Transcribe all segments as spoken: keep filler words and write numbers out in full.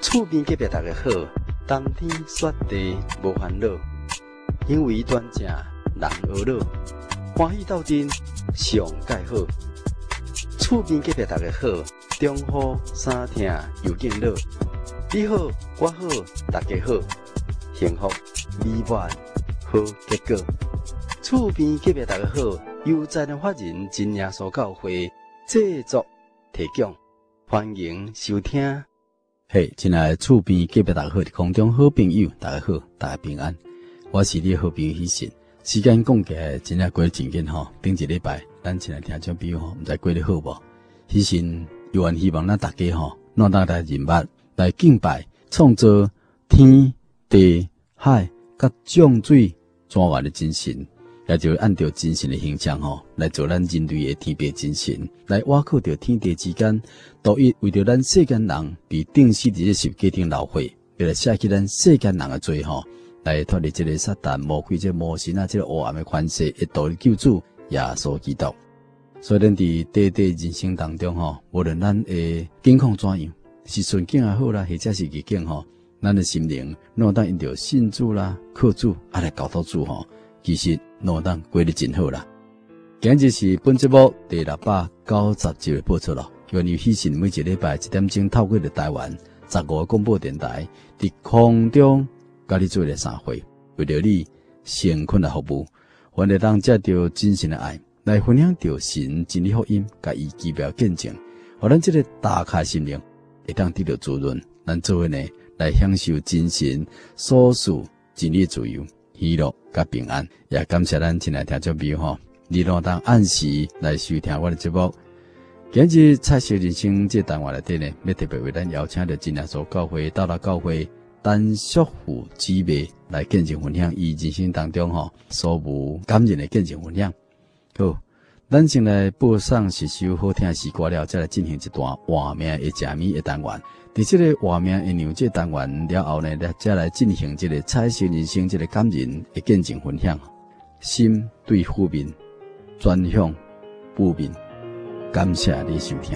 厝边隔壁大家好，冬天雪地无烦恼，因为端正人和乐，欢喜斗阵上介好。厝边隔壁大家好，中好三听又敬乐，你好我好大家好，幸福美满好结果。厝边隔壁大家好，由在人法人真耶稣教会制作提供，欢迎收听。嘿，亲爱的厝边隔壁大家好，空中好朋友大家好，大家平安，我是你的好朋友喜信。时间讲起来真正过得真紧吼，顶一礼拜咱亲爱听众朋友吼，毋知过得好无？喜信有缘希望咱大家吼，让大家人物来敬拜创造天地海甲降水转换的真神，也就按照真神的形象吼，来做咱人类的天别真神，来挖靠着天地之间，独一为着咱世间人被定死伫这十架顶流血，要来写起咱世间人的罪吼，来脱离这个撒旦魔鬼、这个魔神啊、这个黑暗的权势，一道的救主耶稣基督。所以咱伫短短人生当中吼，无论咱的境况怎样，是顺境也好啦，或者是逆境吼，咱的心灵若当因着信主啦、靠主啊来交托主吼，其实若当过得真好啦。今日是本节目第六百九十集的播出咯。愿意喜信每一礼拜一点钟透过着台湾十五个广播电台，伫空中甲你做个三会，为着你诚恳来服务，愿你当接到真神的爱。来分享着神真理福音，甲伊奇妙见证，互咱这个打开心灵，会当得到滋润。咱做伙呢，来享受真神所赐真理自由、喜乐甲平安。也感谢咱亲爱听众朋友吼，你若当按时来收听我的节目。今日彩色人生这单元内底呢，要特别为咱邀请着真耶稣教会到达教会单淑富姊妹来见证分享伊人生当中吼所有感人的见证分享。好，咱先来播送一首好听的诗歌了，再来进行一段画面的食米的单元。伫这个画面的娘这单元了后呢，再来进行这个彩色人生这个感人的见证分享。心对负面，转向负面，感谢你收听。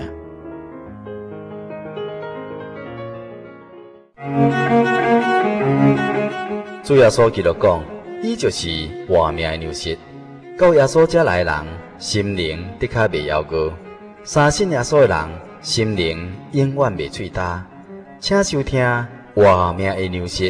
主耶稣基督讲，伊就是活命的粮食。到耶稣遮来的人，心灵的确袂夭糕；相信耶稣的人，心灵永远袂脆焦。请收听活命的粮食。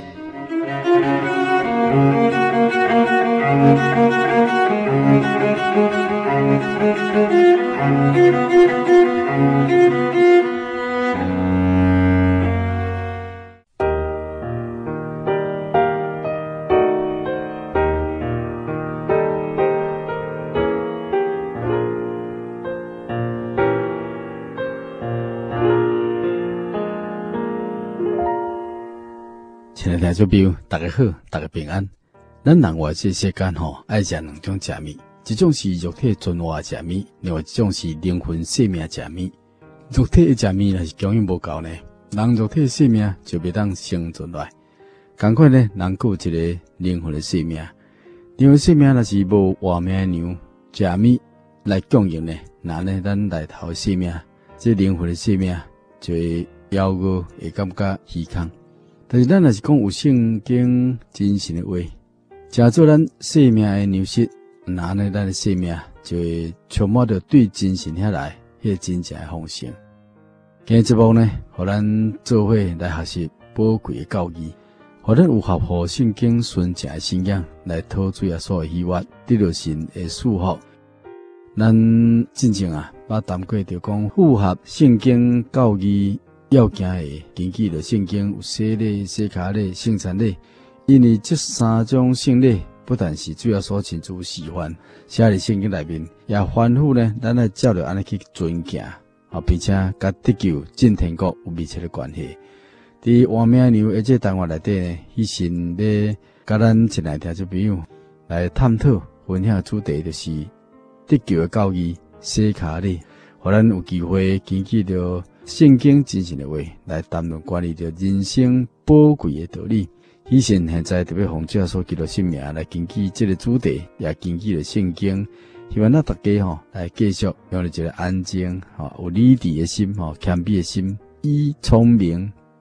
亲爱的听众朋友，大家好，大家平安。咱人活这世间吼，爱食两种食物，一种是肉体存活食物，另外一种是灵魂生命食物。肉体的食物若是供应无够呢，人肉体的生命就袂当生存落来。同款呢，人有一个灵魂的生命，灵魂生命若是无活命的牛食物来供应呢，那呢咱内头的生命，这灵魂的生命就会夭折，会感觉虚空。但是咱若是讲有圣经真神的话，食做咱生命的粮食，那呢咱的生命就会充满着对真神遐来迄个真正的丰盛。今日节目呢，互咱做伙来学习宝贵的教义，互咱有合乎圣经纯正的信仰来讨主耶稣的喜悦，得到神的祝福。咱真正啊，捌谈过着讲符合圣经教义要件的，根据着圣经有洗礼、洗脚礼、圣餐礼，因为这三种圣礼不但是主要所亲自示范，写伫圣经内面，也吩咐呢，咱来照着安尼去遵行，啊，并且甲得救进天国有密切的关系。伫活命牛而这单元内底呢，迄神要甲咱亲爱听众朋友来探讨分享的主题，就是得救的教义、洗脚礼，互咱有机会根据着圣经真神的话来谈论关于着人生宝贵的道理。以前现在特别奉主耶稣基督圣名来根据这个主题，也根据了圣经，希望咱大家吼来继续用一个安静、吼有理智的心、吼谦卑的心，以聪明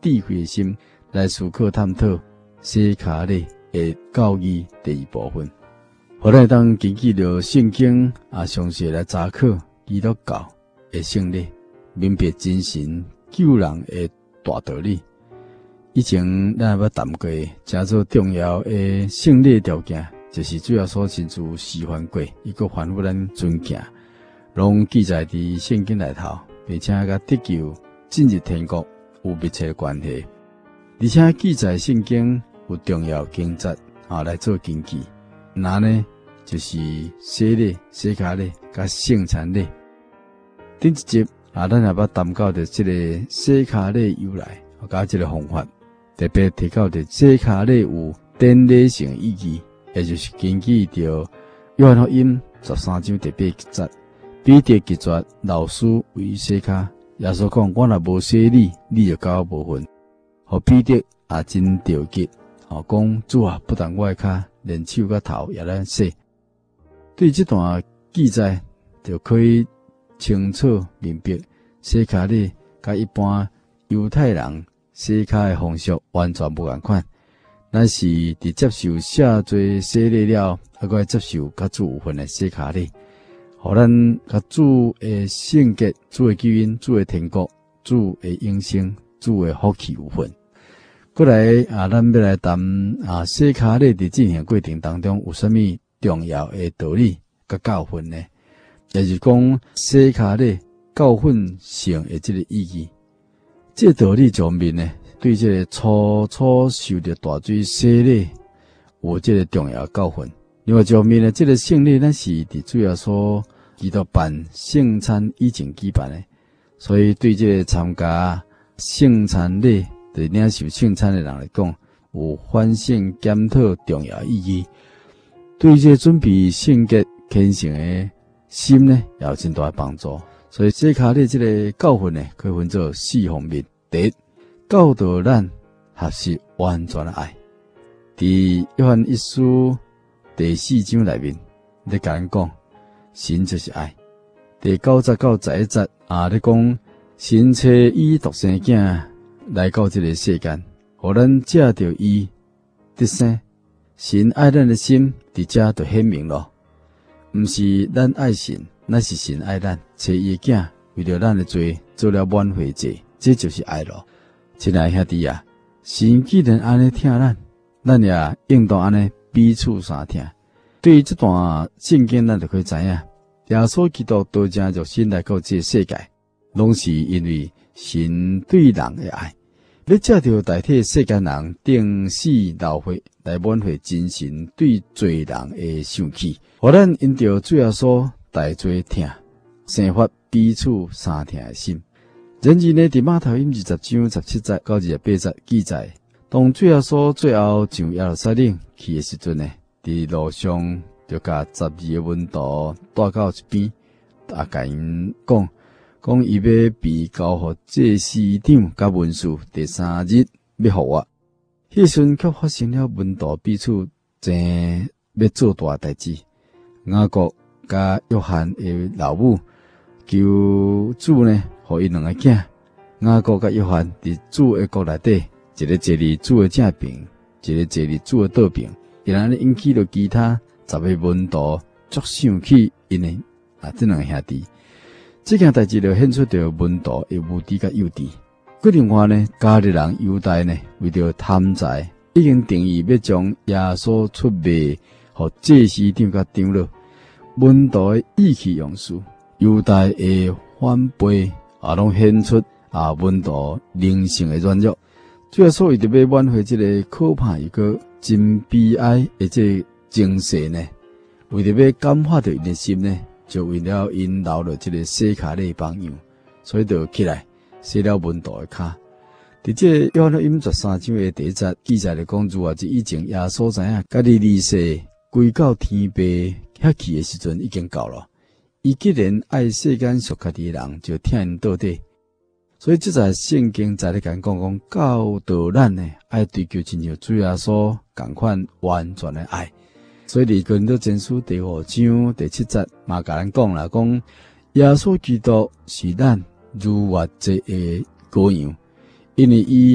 智慧的心来思考探讨西卡勒的教义第二部分。后来当根据着圣经啊详细来查考基督教的圣礼，明白真神救人的大道理。以前咱也捌谈过，真做重要的圣礼条件，就是主要所亲自示范过，伊个反复咱尊敬，拢记载伫圣经内头，并且甲得救进入天国有密切的关系。而且记载圣经有重要经节啊来做根据，那呢就是洗礼、洗脚礼甲圣餐礼。顶一集啊，咱也捌谈到着即个洗脚礼由来，甲即个方法。特别提到的洗脚礼有典礼性意义，也就是根据着约翰福音十三章第八节，彼得拒绝老师为洗脚，耶稣讲：我若无洗你，你就甲我无份。互彼得也真着急，吼讲主啊，不但我的脚，连手甲头也来洗。对这段记载，就可以清楚明白洗脚礼甲一般犹太人洗脚的方式完全不同款，咱是伫接受下罪洗礼了，还佫接受较主有份的洗脚礼，互咱较主的圣洁、主的救恩、主的天国、主的永生、主的福气有份。过来啊，咱要来谈啊洗脚礼伫进行过程当中有啥物重要的道理甲教训呢？也就是讲洗脚礼教训性的这个意义。这道理上面呢，对这个初初受到大水洗礼有这个重要教训。另外上面呢，这个圣礼咱是伫主要所基督办圣餐以前举办的，所以对这个参加圣餐礼、对领受圣餐的人来讲，有反省检讨重要意义。对这个准备圣洁虔诚的心呢，也有真大的帮助。所以洗脚礼这个教训呢，可以分作四方面。第一，教导咱学习完全的爱。伫约翰一书第四章内面，咧甲咱讲，神就是爱。第九节到十一节啊，咧讲神找伊独生囝来到这个世间，互咱借着伊得生。神爱咱的心伫遮就显明了，毋是咱爱神，乃是神爱咱，找伊的囝为了咱的罪做了挽回祭，这就是爱咯。亲爱兄弟啊，神既然安尼疼咱，咱也应当安尼彼此相疼。对于这段圣经，咱就可以知影，耶稣基督道成肉身来到这个世界，拢是因为神对人的爱，要借着代替世间人定死流血来挽回真神对罪人的生气，互咱因着主耶稣大罪疼，生发彼此相疼的心。然而呢，伫马太福音二十章十七节到二十八节记载，当主耶稣最后上耶路撒冷去的时阵呢，伫路上就甲十二个门徒带到一边，啊，甲因讲，讲伊要被交互祭司长甲文士，第三日要复活。迄时却发生了门徒彼此争要做大代志。雅各甲约翰的老母求主呢，互伊两个囝。雅各甲约翰伫主的国内底，一个坐伫主的正边，一个坐伫主的倒边，伊安尼引起了其他十个门徒足想起因的啊这两个兄弟。这件代志就显出着门徒的无知甲幼稚。个另外呢，加利人犹大呢，为着贪财，已经定义要将耶稣出卖互祭司长甲长老。门徒的意气用事，犹大的反背啊，拢显出啊门徒灵性的软弱。主要所为着要挽回这个可怕又个真悲哀的这个精神呢，为着要感化着因的心呢，就为了因留了这个洗脚礼榜样，所以就起来洗了门徒的脚。伫这约翰福音十三章的第一节记载了讲，如啊，即以前耶稣知影，家己离世归到天父遐去的时阵已经到了。伊既然爱世间属家己的人，就听因到底。所以这在圣经在咧讲讲讲教导咱呢，爱追求亲像主耶稣共款完全的爱。所以伫哥林多前书第五章第七节嘛，甲咱讲啦，讲耶稣基督是咱如活祭的羔羊，因为伊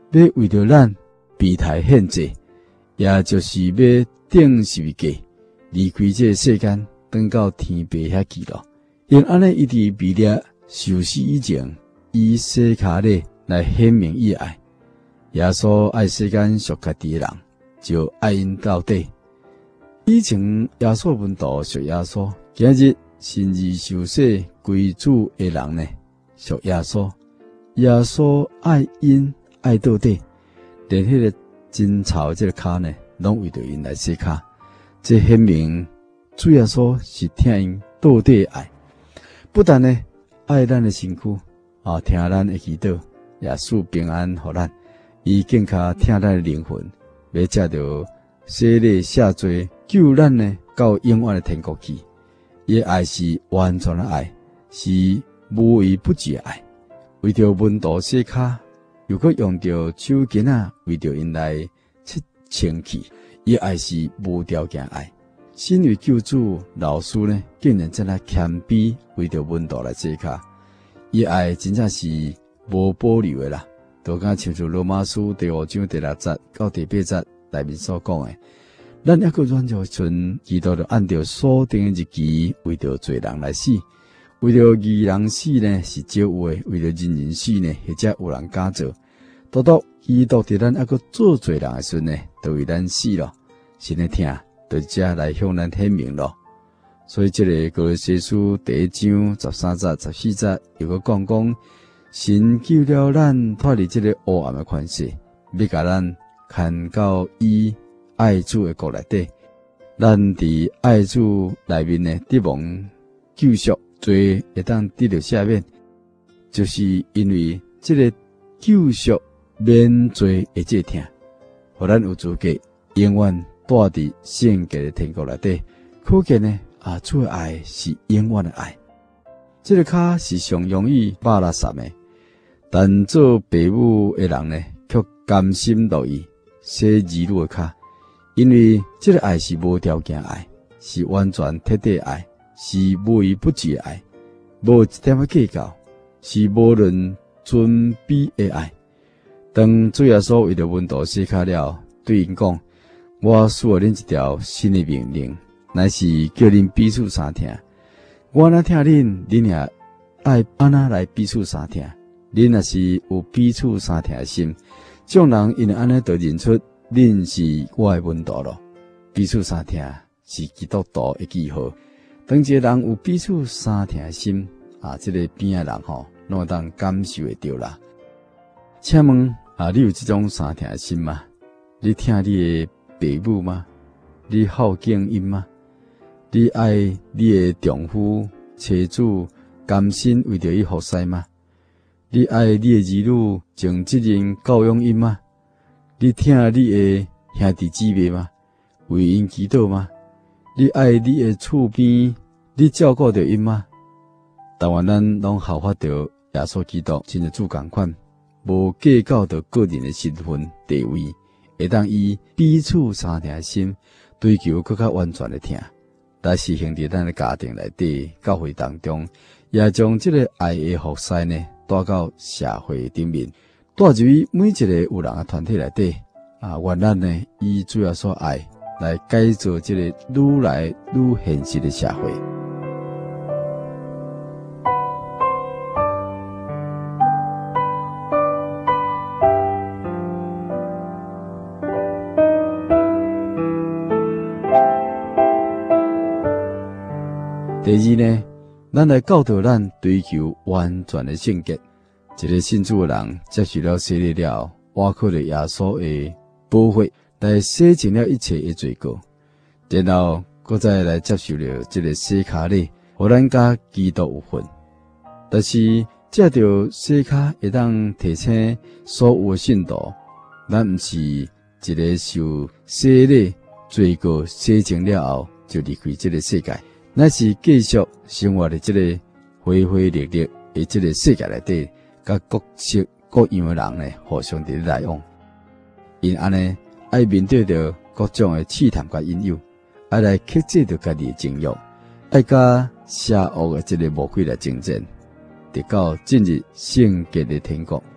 要为着咱被抬献祭，也就是要顶十字架，离开这世间，转到天父遐去了。因安尼，伊伫被掠受死以前，以洗骹咧来显明伊爱。耶稣爱世间属家己的人，就爱因到底。以前耶稣门徒属耶稣，今日信而受洗归主的人呢，属耶稣。耶稣爱因爱到底，连迄个真草这个骹呢，拢为着因来洗骹。这显明主耶稣是听因到底的爱，不但呢爱咱的身躯，啊，听咱的祈祷，也赐平安互咱。伊更加听咱的灵魂，要借着洗礼下罪，救咱呢到永远的天国去。伊爱是完全的爱，是无微不至的爱。为着门徒洗骹，又搁用着手巾仔为着因来切清气。伊爱是无条件爱。身为救主老师呢，竟然这样谦卑，为着门徒来洗骹。伊爱真正是无保留的啦。就敢亲像罗马书第五章第六节到第八节内面所讲的，咱抑个软弱存，基督就按照所定的日期，为着罪人来死。为着义人死呢是少有的，为着人人死呢，或者有人敢做。独独基督伫咱抑个做罪人的时阵呢，就为咱死了。神的听，就这来向咱显明了。所以这个歌罗西书第一章十三节、十四节有个讲讲。神救了咱脱离这个黑暗的权势，要甲咱牵到伊爱主的国内底。咱伫爱主内面呢，得蒙救赎，罪会当得到赦免，就是因为这个救赎免罪的这听，互咱有资格永远住伫圣洁的天国内底。可见呢，啊，主的爱是永远的爱。这个脚是上容易把垃圾的。但做父母的人呢，却甘心乐意洗儿女的脚，因为这个爱是无条件爱，是完全彻底的爱，是无微不至的爱，无一点仔计较，是无论尊卑的爱。当主耶稣为着门徒洗脚了，对因讲：“我赐予恁一条新的命令，乃是叫恁彼此相听。我若听恁，恁也爱安那来彼此相听。”恁若是有彼此相听的心，众人因为安尼就认出恁是我的门徒咯。彼此相听是基督徒的记号。当一个人有彼此相听的心，啊，这个边的人吼，拢会当感受会到啦。请问啊，你有这种相听的心吗？你听你的父母吗？你好敬因吗？你爱你的丈夫、妻子，甘心为着伊服侍吗？你爱你的儿女，尽责任教养因吗？你听你的兄弟姊妹吗？为因祈祷吗？你爱你的厝边，你照顾着因吗？但愿咱拢效法着耶稣基督，亲像主同款，无计较着个人的身份地位，会当以彼此相听的心，追求更较完全的听，来实行伫咱的家庭内底、教会当中，也将这个爱的福祉呢，带到社会顶面，带入于每一个有人的团体内底。啊，愿咱呢以主要所爱来改造这个愈来愈现实的社会。第二呢，咱来教导咱追求完全的圣洁。一个信主的人接受了洗礼了，挖靠了耶稣的保护，来洗净了一切的罪过，然后搁再来接受了这个洗脚礼，互咱甲基督有份。但是借着洗脚会当提醒所有的信徒，咱毋是一个受洗礼罪过洗净了后就离开这个世界，乃是继续生活的这个恢恢烈烈的这个世界内底，甲各式各样的人呢互相伫来往。因安尼爱面对着各种的试探甲引诱，爱来克制着家己的情欲，爱甲邪恶的这个魔鬼来征战，直到进入圣洁的天国。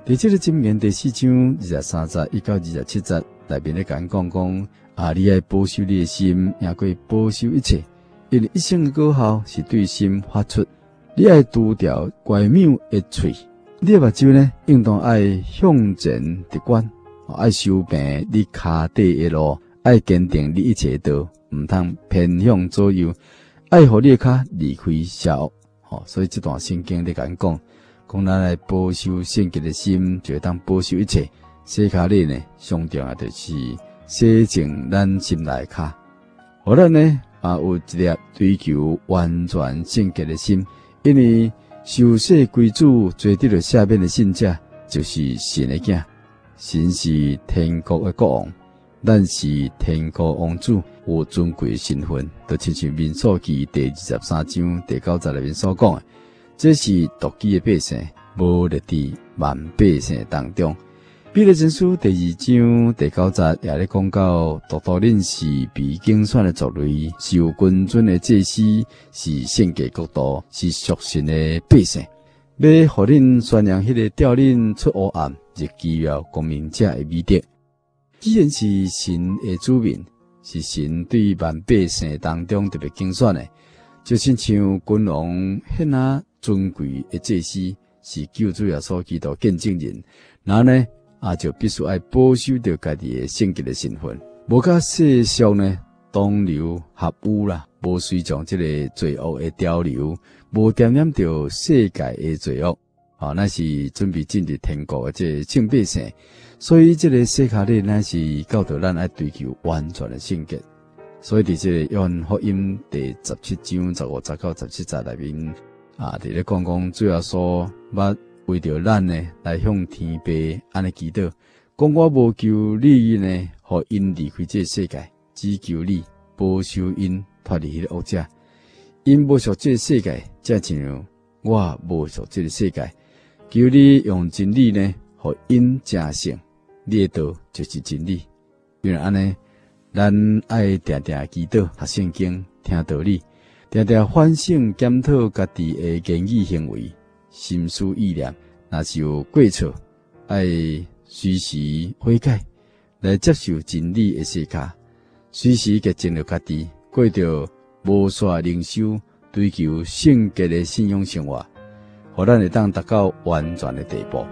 伫这个箴言第四章二十三节一到二十七节内面咧讲讲讲啊，你爱保守你的心，也可以保守一切，因为一生的果效是对心发出。你爱除掉乖謬的嘴，你的目睭呢，应当爱向前直观，爱修平你骹底的路，爱坚定你一切道，唔通偏向左右，爱互你的骹离开邪恶。吼，所以这段圣经咧讲讲，讲咱来保守圣洁的心，就会当保守一切。洗骹里呢，上重要就是洗净咱心内骹，互咱呢啊有一粒追求完全圣洁的心。因为受洗归主做得了下面的信者，就是神的囝，神是天国的国王，咱是天国王主，有尊贵的身份，就亲像民数记第二十三章第九节里面所讲的，这是独居的百姓，无列伫万百姓当中。彼得前书第二章第九节也咧讲到，独独恁是被拣选的族类，是有君尊的祭司，是圣洁国度，是属神的百姓。要互恁宣扬迄个调恁出黑暗，日基要光明者的美德。既然是神的子民，是神对万百姓当中特别拣选的，就亲像君王迄那尊贵的祭司，是救主耶稣基督见证人，那呢？啊，就必须爱保守着家己的圣洁的身份，无甲世俗呢当流合污啦，无随从这个罪恶的潮流，无沾染着世界的罪恶，啊，那是准备进入天国的这圣百姓。所以这个洗骹里乃是教导咱爱追求完全的圣洁。所以伫这个约翰福音第十七章十五节到十七节内面，啊，伫咧讲讲主要说捌。为着咱呢，来向天父安尼祈祷，讲我无求你呢，互因离开这个世界，只求你保守因脱离迄个恶者。因无属这个世界，正像我无属这个世界。求你用真理呢，互因正胜。你的道就是真理。因为安尼，咱爱定定祈祷、读圣经、听道理，定定反省检讨家己的言语行为。心思意念，若是有过错，爱随时悔改，来接受真理的世界，随时洁净了家己，过着无煞灵修、追求圣洁的信仰生活，互咱会当达到完全的地步。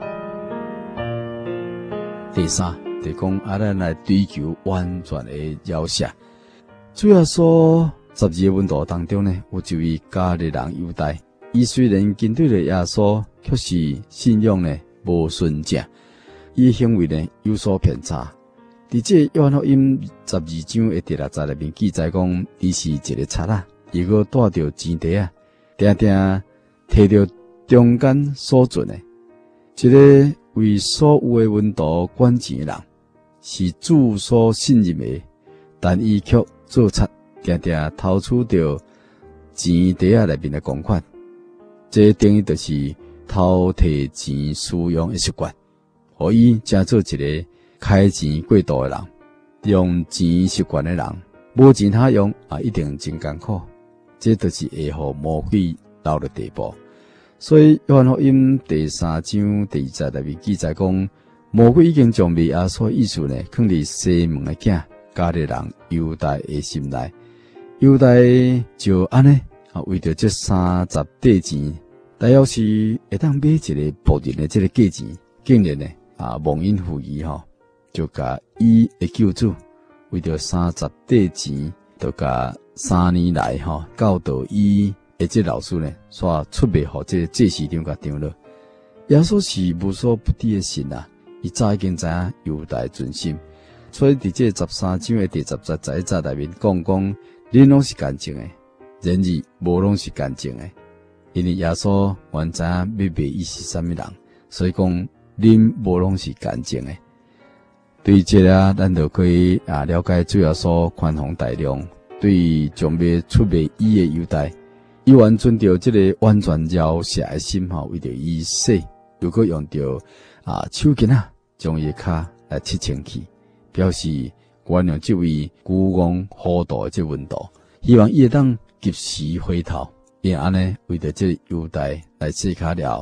第三，就讲啊，咱来追求完全的饶赦。主要说十二个问题当中呢，有一位加利人犹大。伊虽然跟对了耶稣，却是信仰呢无纯正，伊行为呢有所偏差。伫这约翰福音十二章的第六节里面记载讲，伊是一个贼仔，伊个带着钱袋啊，定定摕着中间所存的，一个为所有的温度管钱的人，是主所信任的，但伊却做贼，定定偷取着钱袋啊内面的公款。这等于就是偷摕钱使用的习惯，互伊成做一个开钱过度的人，用钱习惯的人，无钱他用啊，一定真艰苦。这就是会互魔鬼到了地步。所以约翰福音第三章第二节内面记载讲，魔鬼已经将弥亚所意思呢，放伫西门的囝加利人犹大的心内。犹大就安尼啊，为着这三十块钱。大约是会当买一个仆人的这个价钱，竟然呢啊忘恩负义吼，就甲伊的救主为着三十块钱，就甲三年来吼教导伊的这老师呢，煞出卖互这祭司长甲长老。耶稣是无所不知的神啊，伊早已经知影犹大存心，所以伫这十三章的第十节十一节内面讲讲，恁拢是干净的，然而无拢是干净的。因为耶稣原知影要卖伊是啥物人，所以讲恁无拢是干净的。对这啊，咱就可以啊了解主耶稣宽宏大量，对将要出卖伊的犹大，伊完遵照这个完全饶赦的心吼，为着伊洗，又搁用着啊手巾啊，将伊骹来切清去，表示原谅这位孤戇糊涂的这温度，希望伊会当及时回头。因安尼为着这犹大来洗骹了，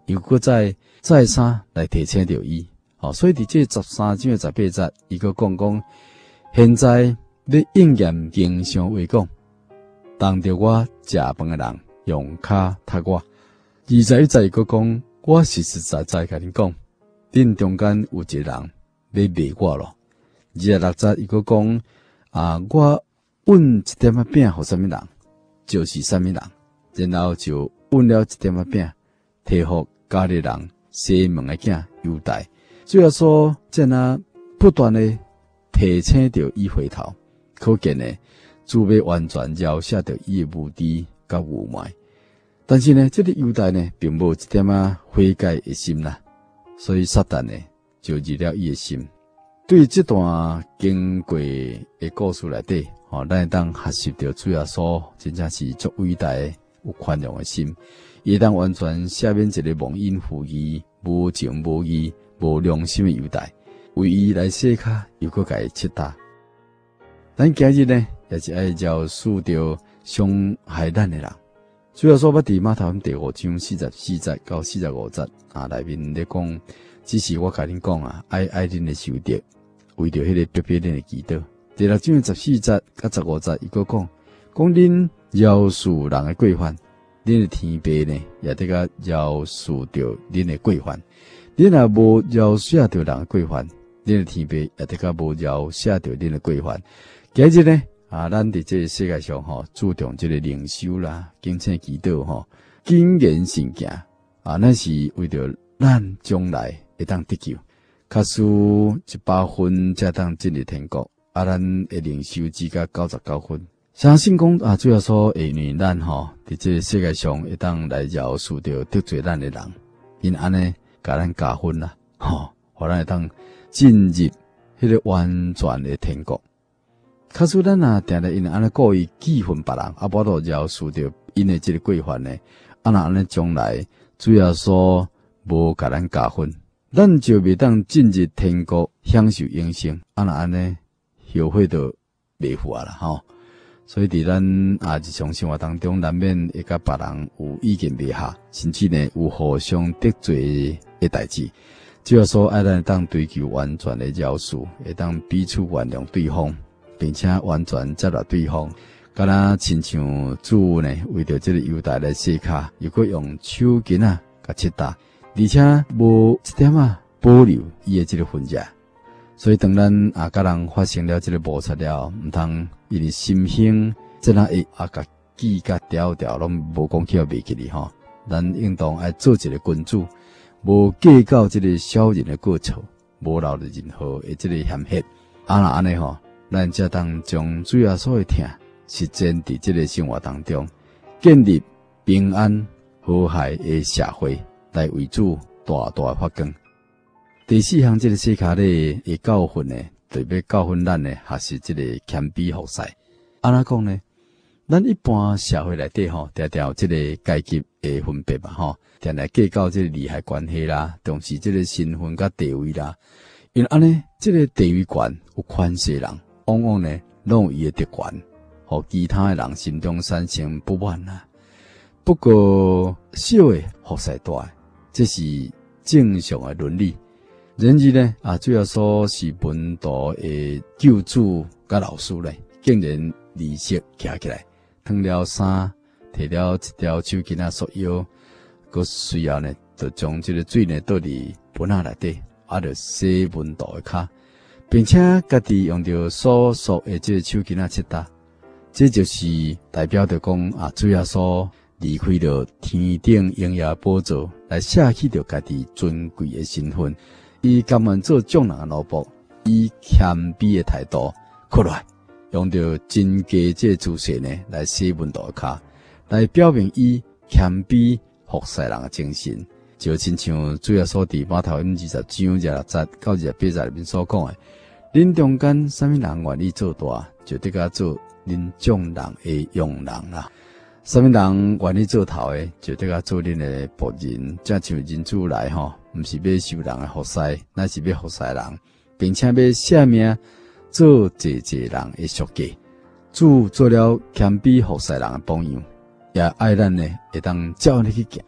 又搁再再三来提醒着伊。哦，所以伫这十三章的十八节，伊搁讲讲，现在要应验经上话讲，当着我食饭的人用骹踢我。二十一节伊搁讲，我实实在在甲恁讲，恁中间有一个人要卖我咯。二十六节伊搁讲，啊，我运一点仔饼互啥物人，就是啥物人，然后就运了一点仔饼，摕互家里人西门的囝犹大。主要说，这样不断的提醒着伊回头，可见呢，主要完全饶赦着伊的无知甲污蔑。但是呢，这个犹大呢，并无一点仔悔改的心啦，所以撒旦呢，就入了伊的心。对这段经过的故事内底，吼，咱会当学习到主要说，真正是足伟大的有宽容的心，伊当完全赦免一个忘恩负义、无情无义、无良心的犹大，为伊来洗骹，又搁甲伊七打。咱今日呢，也是爱饶恕着伤害咱的人。主要说，捌伫马太福音第五章四十四节到四十五节啊，内面咧讲，只是我甲恁讲啊，爱爱恁的仇敌，为着迄个逼迫恁的祈祷。第六章十四节甲十五节，伊搁讲，讲恁饶恕人的过犯，恁的天父呢，也得甲饶恕着恁的过犯。恁若无饶赦着人的过犯，恁的天父也得甲无饶赦着恁的过犯。今日呢，啊，咱伫这个世界上吼，注重这个灵修啦、敬请祈祷吼、谨言慎行啊，那是为着咱将来会当得救。假使一百分才当进入天国，啊，咱的灵修只甲九十九分。相信讲啊，主要说会让咱吼伫这个世界上会当来饶恕着得罪咱的人，因安尼甲咱加分啦，吼，互咱会当进入迄个完全的天国。假使咱啊定定因安尼故意记恨别人，啊，无度饶恕着因的这个过犯呢，啊，那安尼将来主要说无甲咱加分，咱就未当进入天国享受永生，啊，那安尼后悔就袂赴啊啦，吼。所以伫咱啊日常生活当中，难免会甲别人有意见袂合，甚至呢有互相得罪的代志。主要说爱咱当追求完全的饶恕，会当彼此原谅对方。并且完全接纳对方，敢若亲像主呢，为着这个犹大来洗骹，又搁用手巾啊甲切打，而且无一点啊保留伊的这个婚约。所以当咱啊甲人发生了这个摩擦了，毋通因为心兴，这样会啊甲记甲条条拢无讲起袂记哩吼。咱应当爱做一个君主，无计较这个小人的过错，无留着任何的这个嫌隙。啊那安尼吼。咱才当将主耶稣的疼实践伫这个生活当中，建立平安和諧的社会，来为主大大发光。第四项这个洗骹咧的教训呢，就要教训咱呢，学习这个谦卑服侍。安怎讲呢？咱一般社会内底吼，常常有这个阶级的分别嘛吼，常常计较这个利害关系啦，重视这个身份甲地位啦。因为安尼，这个地位悬有权势人。往往呢，拢有伊的特权，互其他的人心中产生不满啊。不过，小的服侍大的，这是正常的伦理。然而呢，啊，主要说是门徒的救主甲老师呢，竟然离席站起来，脱了衫，摕了一条手巾仔束腰，佮随后呢，就将这个水呢倒伫盆仔内底，啊，就洗门徒的骹。并且家己用着所属的这个手巾仔切打，这就是代表着讲啊，主耶稣离开了天顶荣耀宝座，来舍弃着家己尊贵的身份，伊甘愿做众人的奴仆，以谦卑的态度过来，用着真价这姿势呢来洗门徒的骹，来表明伊谦卑服侍人的精神，就亲像主耶稣伫马太福音二十章廿六节到二十八节里面所讲的。恁中间啥物人愿意做大，就得甲做恁众人的用人啦；啥物人愿意做头的，就得甲做恁的仆人。正像人主来吼，毋是要受人的服侍，乃是要服侍人，并且要舍命做济济人的赎价。主做了谦卑服侍人的榜样，也爱咱呢会当照你去行。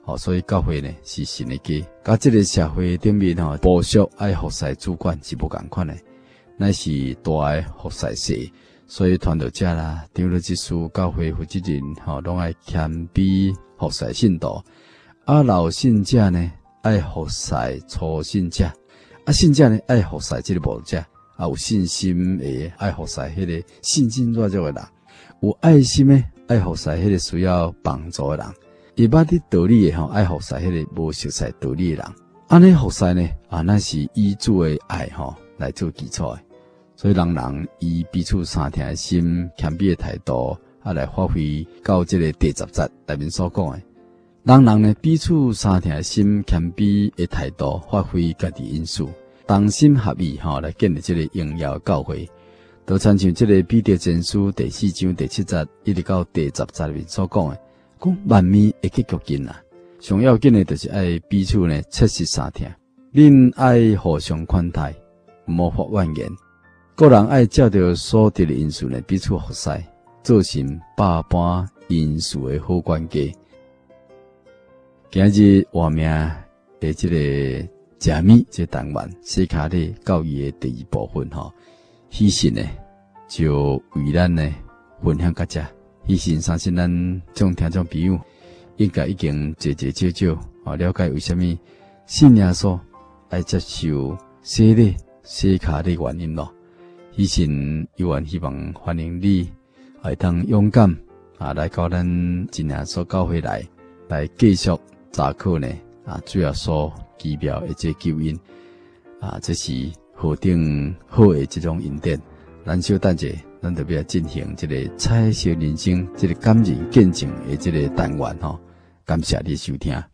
哦，所以教会呢是神的家，甲这个社会顶面吼，部属爱服侍主管是无共款的，乃是大爱服侍世。所以传道者啦、长老执事、教会负责人吼，拢爱谦卑服侍信徒。啊，老信者呢爱服侍初信者，啊，信者呢爱服侍这个牧者，啊，有信心的爱服侍迄个信心软弱的人，有爱心的爱服侍迄个需要帮助的人。伊捌伫道理诶吼，爱服侍迄个无熟悉道理诶人，安尼服侍呢，啊，那是以主诶爱吼来做基础诶。所以人人以彼此相挺诶心、谦卑诶态度，啊来发挥到即个第十节内面所讲诶。人人呢彼此相挺诶心、谦卑诶态度，发挥家己因素，同心合意吼来建立即个荣耀教会。都参像即个彼得前书第四章第七节一直到第十节里面所讲诶。讲万物会去脚近啦，上要紧的就是爱彼此呢切实相挺，恁爱互相款待，莫发怨言。个人爱照着所得的因素呢彼此服侍，做成百般因素的好关系。今日画面的这个假米这单元，西卡的教育的第一部分吼，希神呢就为咱呢分享到这。希神相信咱众听众朋友应该已经侪侪少少啊了解为什么信耶稣爱接受洗礼洗脚的原因咯。希神有愿希望欢迎你会当勇敢啊来到咱真耶稣教会来，来继续查考呢啊主耶稣奇妙的这救恩啊，这是何等好的这种恩典。咱小等者，咱特别来进行这个彩色人生这个感人见证的这个单元吼，感谢你收听。